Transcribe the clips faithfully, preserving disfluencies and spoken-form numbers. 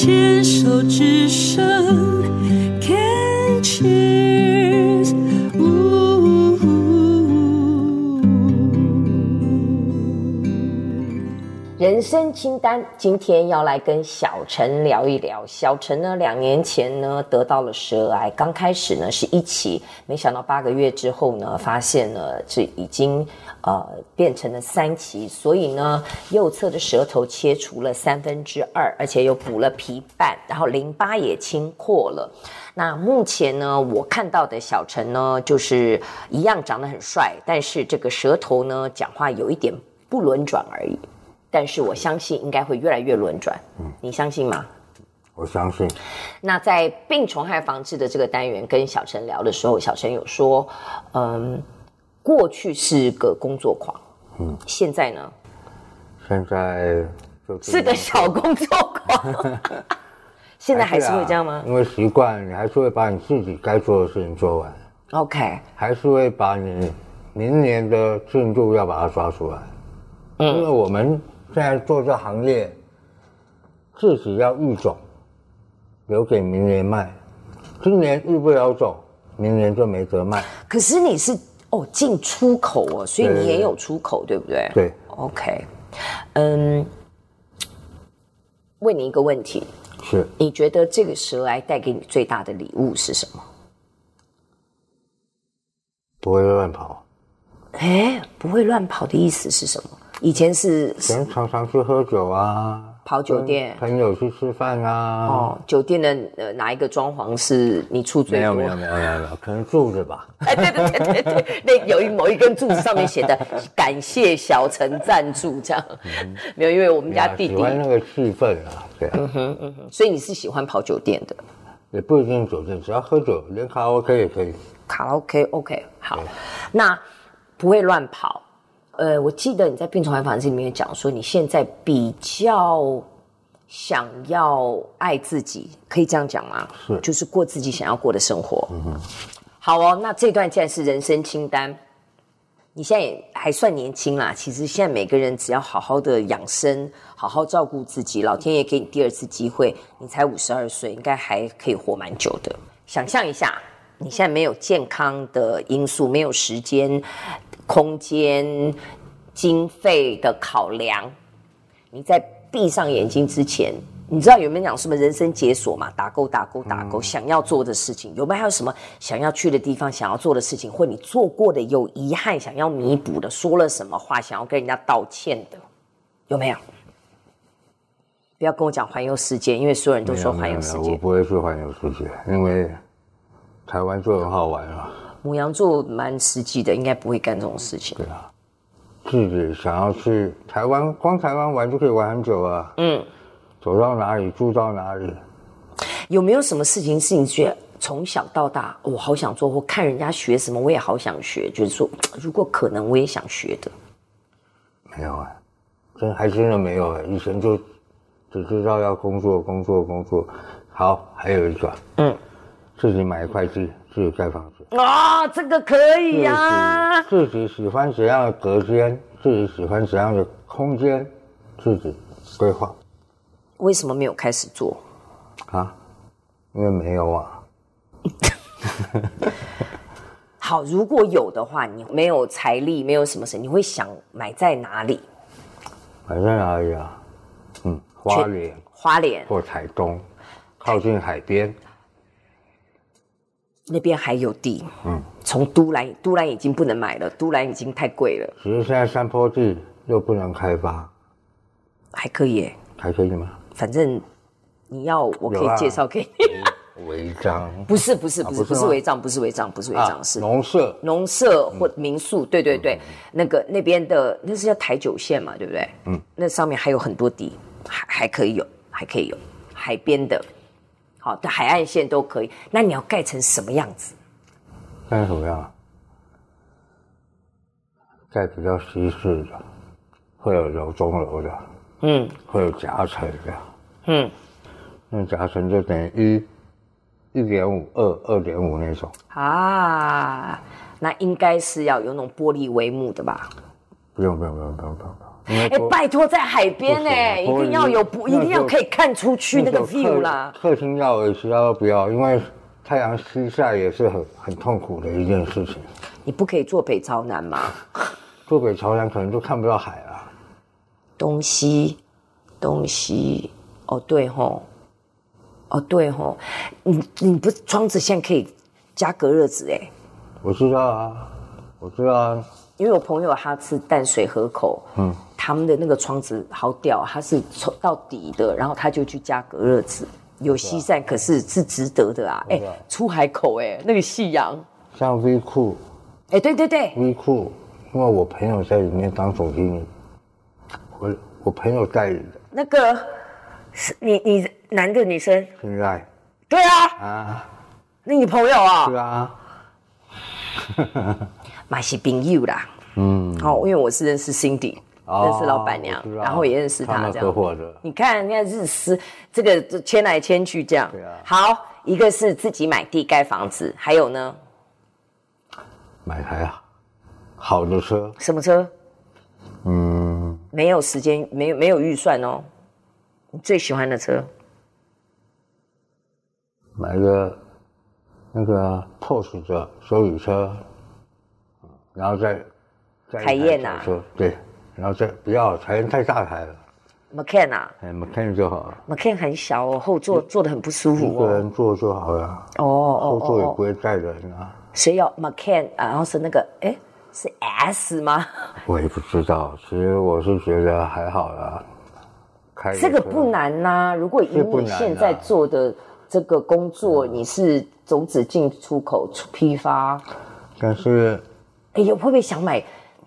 牵手之声 Can Cheers。 人生清单，今天要来跟小陈聊一聊。小陈呢，两年前呢得到了舌癌，刚开始呢是一期，没想到八个月之后呢，发现呢这已经呃变成了三期，所以呢右侧的舌头切除了三分之二，而且又补了皮瓣，然后淋巴也清扩了。那目前呢，我看到的小陈呢，就是一样长得很帅，但是这个舌头呢，讲话有一点不轮转而已。但是我相信应该会越来越轮转，嗯，你相信吗？ 我相信。 那在病虫害防治的这个单元跟小陈聊的时候，小陈有说，嗯，过去是个工作狂，嗯，现在呢？ 现在就是个小工作狂。现在还是会这样吗？ 啊、因为习惯，你还是会把你自己该做的事情做完。 OK。 还是会把你明年的进度要把它抓出来，嗯，因为我们现在做这行业，自己要育种，留给明年卖。今年育不了种，明年就没得卖。 可是你是哦进出口哦，所以你也有出口， 对, 对不对？ 对。 OK， 嗯，问你一个问题， 是你觉得这个舌癌带给你最大的礼物是什么？ 不会乱跑。 哎，不会乱跑的意思是什么？以前是以前常常去喝酒啊， 跑酒店， 朋友去吃饭啊。 哦，酒店的呃哪一个装潢是你出最多？ 没有没有没有没有没有，可能柱子吧。 哎，对对对对对，那有一某一根柱子上面写的“感谢小陈赞助”这样，嗯、没有，因为我们家弟弟喜欢那个气氛啊，对啊。 嗯哼嗯哼，所以你是喜欢跑酒店的？ 也不一定酒店，只要喝酒，连卡拉 OK 也可以。 卡拉 OK OK 好，那不会乱跑。呃，我记得你在病虫害防治里面讲说，你现在比较想要爱自己，可以这样讲吗？ 是， 就是过自己想要过的生活。嗯哼，好哦，那这段既然是人生清单，你现在也还算年轻啦。其实现在每个人只要好好的养生，好好照顾自己，老天爷给你第二次机会，你才五十二岁，应该还可以活蛮久的。想象一下，你现在没有健康的因素，没有时间、空间、经费的考量，你在闭上眼睛之前，你知道有没有讲什么人生解锁嘛？打勾打勾打勾，嗯、想要做的事情有没有？还有什么想要去的地方、想要做的事情，或你做过的有遗憾想要弥补的，说了什么话想要跟人家道歉的，有没有？不要跟我讲环游世界，因为所有人都说环游世界。 我不会去环游世界，因为台湾就很好玩啊。 牡羊座蛮实际的，应该不会干这种事情。 对啊，自己想要去台湾，光台湾玩就可以玩很久啊。嗯，走到哪里住到哪里。 有没有什么事情是你觉得从小到大我好想做，或看人家学什么我也好想学，就是说如果可能我也想学的？ 没有啊，真还真的没有啊。以前就只知道要工作工作工作。好，还有一个，嗯，自己买一块地，自己盖房子。 啊、哦，这个可以呀、啊！ 自己喜欢怎样的隔间，自己喜欢怎样的空间，自己规划。 为什么没有开始做？ 啊，因为没有啊。 好，如果有的话，你没有财力，没有什么事，你会想买在哪里？ 买在哪里啊？嗯，花莲。 花莲或台东，靠近海边。 那边还有地，嗯，从都兰，都兰已经不能买了，都兰已经太贵了。 只是现在山坡地又不能开发， 还可以耶， 还可以吗？ 反正你要，我可以介绍给你。 违章？ 不是，不是，不是，不是违章，不是违章，不是违章，啊、是农舍、 农舍或民宿。嗯、对对对，嗯、那个那边的那是叫台九线嘛，对不对？嗯，那上面还有很多地，还还可以有，还可以有海边的。好的，海岸线都可以。那你要盖成什么样子？ 盖成什么样？盖比较西式的，会有楼中楼的，嗯，会有夹层的，嗯，那夹层就等于一、一点五、二、二点五那种。 啊，那应该是要有那种玻璃帷幕的吧？ 不用不用不用不用不用。 哎、欸，拜托，在海边哎、欸，一定要有不，一定要可以看出去那个 view 啦。 客厅要也是要不要？因为太阳西晒也是很很痛苦的一件事情。 你不可以坐北朝南吗？ 坐北朝南可能就看不到海了。 东西，东西，哦对吼，哦对吼，你你不是窗子现在可以加隔热纸哎、欸？ 我知道啊，我知道啊。 因为我朋友他是淡水河口，嗯，他们的那个窗子好屌，它是到底的，然后他就去加隔热纸，有西晒，可是是值得的啊！哎、欸，出海口哎、欸，那个夕阳， 像 V 库， 哎、欸，对对对 ，V 库，因为我朋友在里面当总经理，我我朋友代理的。 那个是你你男的女生？ 现在。 对啊。 啊。 那你朋友啊？ 是啊。 嘛是朋友啦，嗯，哦，因为我是认识 Cindy，、哦、认识老板娘，然后也认识他这样。 合的。 你看，你看日思这个牵来牵去这样。 对啊。 好，一个是自己买地盖房子，还有呢， 买台好的车。 什么车？ 嗯， 没有时间，没有没有预算哦。你最喜欢的车？ 买个那个 Porsche 的休旅车。然后再再凯宴啊， 对，然后再不要凯宴太大台了 ，Macan 啊， 哎 ，Macan 就好了 ，Macan 很小哦，后座坐得很不舒服哦， 一个人坐就好了， 哦哦， 后座也不会载人啊， 所以要 Macan，然后是那个，哎，是 S 吗？ 我也不知道，其实我是觉得还好啦，开这个不难呐、啊，如果以你现在做的这个工作，你是种子进出口批发， 但是。 哎，会不会想买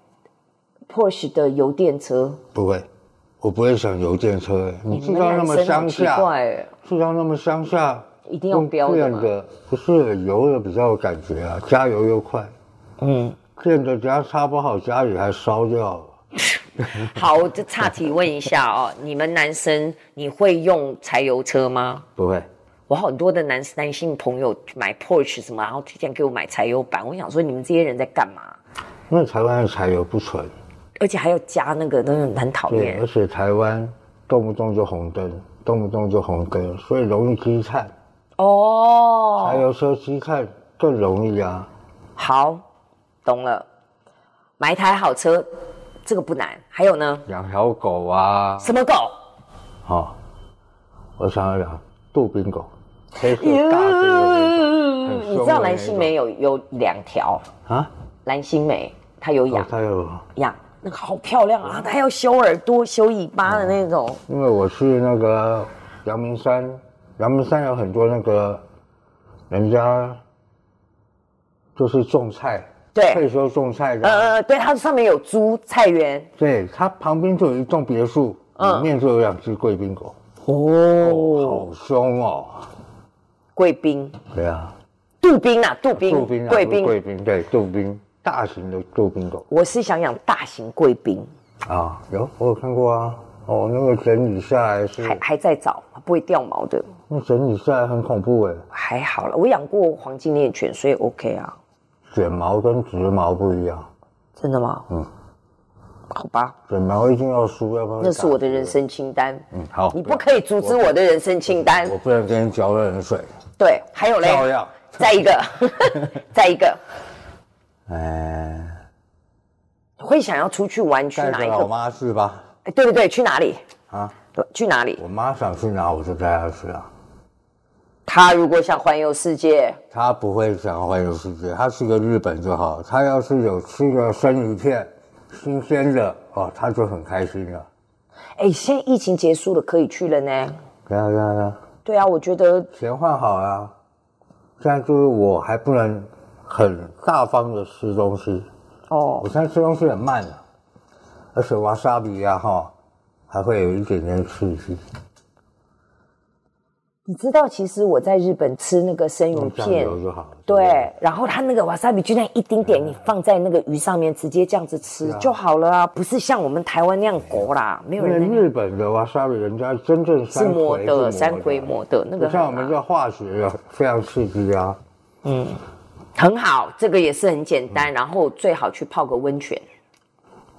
Porsche 的油电车？ 不会，我不会想油电车。你知道那么乡下，知道那么乡下， 一定要标的吗？ 不是油的比较有感觉啊，加油又快。嗯，电的只要插不好，家里还烧掉了。 好，我就岔题问一下哦，你们男生你会用柴油车吗？ 不会。 我很多的男男性朋友买 Porsche 什么，然后提前给我买柴油版。我想说，你们这些人在干嘛？ 因为台湾的柴油不纯， 而且还要加那个，那个很讨厌。 而且台湾动不动就红灯，动不动就红灯，所以容易积碳。哦，柴油车积碳更容易啊。 好，懂了。买一台好车，这个不难。还有呢？ 养条狗啊。 什么狗？ 哦，我想要养杜宾狗。黑色大只的那种， 你知道蓝心湄有有两条啊？蓝心湄她有养， 她有养那个好漂亮啊！她还要修耳朵、修尾巴的那种。 因为我去那个阳明山，阳明山有很多那个人家就是种菜， 对， 退休种菜的。 呃，对，它上面有租菜园， 对，它旁边就有一栋别墅，里面就有两只贵宾狗。 哦， 好凶哦！ 贵宾， 对啊， 杜宾啊，杜宾， 杜宾，贵宾，贵宾，对，杜宾，大型的杜宾狗。 我是想养大型贵宾啊，有，我有看过啊。哦，那个整理下来是还还在找，不会掉毛的。 那整理下来很恐怖哎。 还好了，我养过黄金猎犬，所以 OK 啊。 卷毛跟直毛不一样。 真的吗？嗯。好吧， 卷毛一定要梳，要不然那是我的人生清单。 嗯，好， 你不可以阻止我的人生清单。 我不能给你浇热冷水。 对，还有嘞， 照样。 再一个，再一个， 哎， 会想要出去玩去哪一个？ 带着老妈去吧。 哎，对对对，去哪里？ 啊？ 对，去哪里？ 我妈想去哪，我就带她去啊。 她如果想环游世界， 她不会想环游世界，她去个日本就好。她要是有吃个生鱼片。新鲜的哦，他就很开心了。 哎，现在疫情结束了，可以去了呢。 对啊，对啊，对啊。 对啊，我觉得钱换好了，现在就是我还不能很大方的吃东西哦。我现在吃东西很慢了，而且瓦萨比啊哈，还会有一点点刺激。 你知道，其实我在日本吃那个生鱼片， 就好对，然后它那个瓦萨比就那一丁点，你放在那个鱼上面，直接这样子吃就好了啊，不是像我们台湾那样裹啦，没有人。 因为日本的瓦萨比，人家真正是磨的，山葵磨的，那个像我们这化学的非常刺激啊。 嗯，很好，这个也是很简单，然后最好去泡个温泉。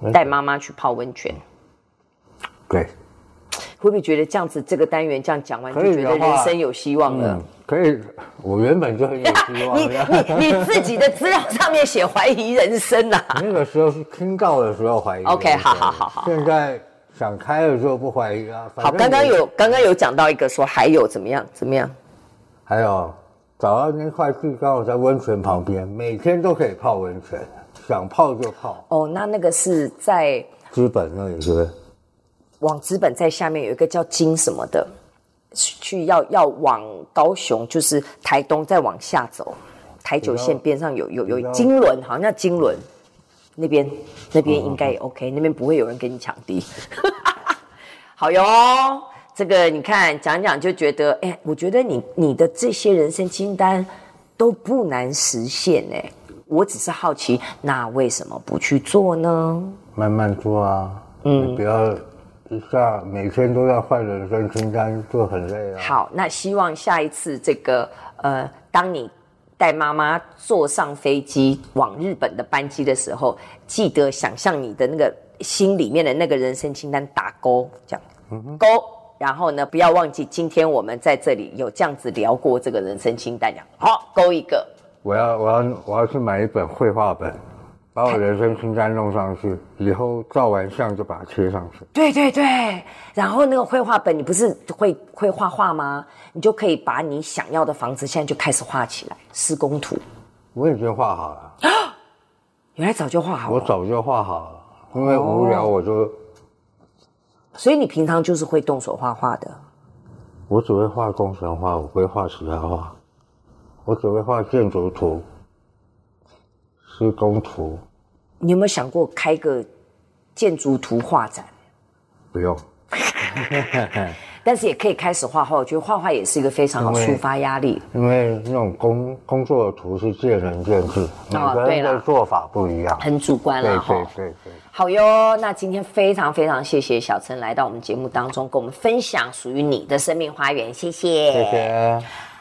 带妈妈去泡温泉。 对。 会不会觉得这样子这个单元这样讲完就觉得人生有希望了？ 嗯、可以，我原本就很有希望。 你你你自己的资料上面写怀疑人生啊？ 那个时候是听到的时候怀疑。 OK， 好好好好。 现在想开的时候不怀疑啊。 好，刚刚有刚刚有讲到一个说还有怎么样怎么样？ 还有找到那块地刚好在温泉旁边，每天都可以泡温泉，想泡就泡。 哦，那那个是在资本那里是不是？ 往资本在下面有一个叫金什么的，去要要往高雄，就是台东再往下走，台九线边上有有有金轮，好像叫金轮，那边那边应该也 OK，、嗯、那边不会有人跟你抢地。好哟，这个你看讲讲就觉得，哎，我觉得你你的这些人生清单都不难实现哎，我只是好奇，那为什么不去做呢？ 慢慢做啊，嗯，你不要。一下每天都要换人生清单，就很累啊。 好，那希望下一次这个呃，当你带妈妈坐上飞机往日本的班机的时候，记得想象你的那个心里面的那个人生清单打勾，这样、嗯、勾。然后呢，不要忘记今天我们在这里有这样子聊过这个人生清单，讲好勾一个。 我要我要我要去买一本绘画本。把我人生清单弄上去，以后照完相就把它贴上去。 对对对，然后那个绘画本，你不是会会画画吗？你就可以把你想要的房子现在就开始画起来，施工图。 我已经画好了。 原来早就画好了。 我早就画好了，因为无聊我就。哦、 所以你平常就是会动手画画的。 我只会画工程画，我不会画其他画。我只会画建筑图。施工图， 你有没有想过开个建筑图画展？ 不用， 但是也可以开始画画。我觉得画画也是一个非常好抒发压力。 因为那种工工作的图是见仁见智，每个人的做法不一样， 很主观了哈。 对对对对。 好哟，那今天非常非常谢谢小陈来到我们节目当中，跟我们分享属于你的生命花园，谢谢。 谢谢。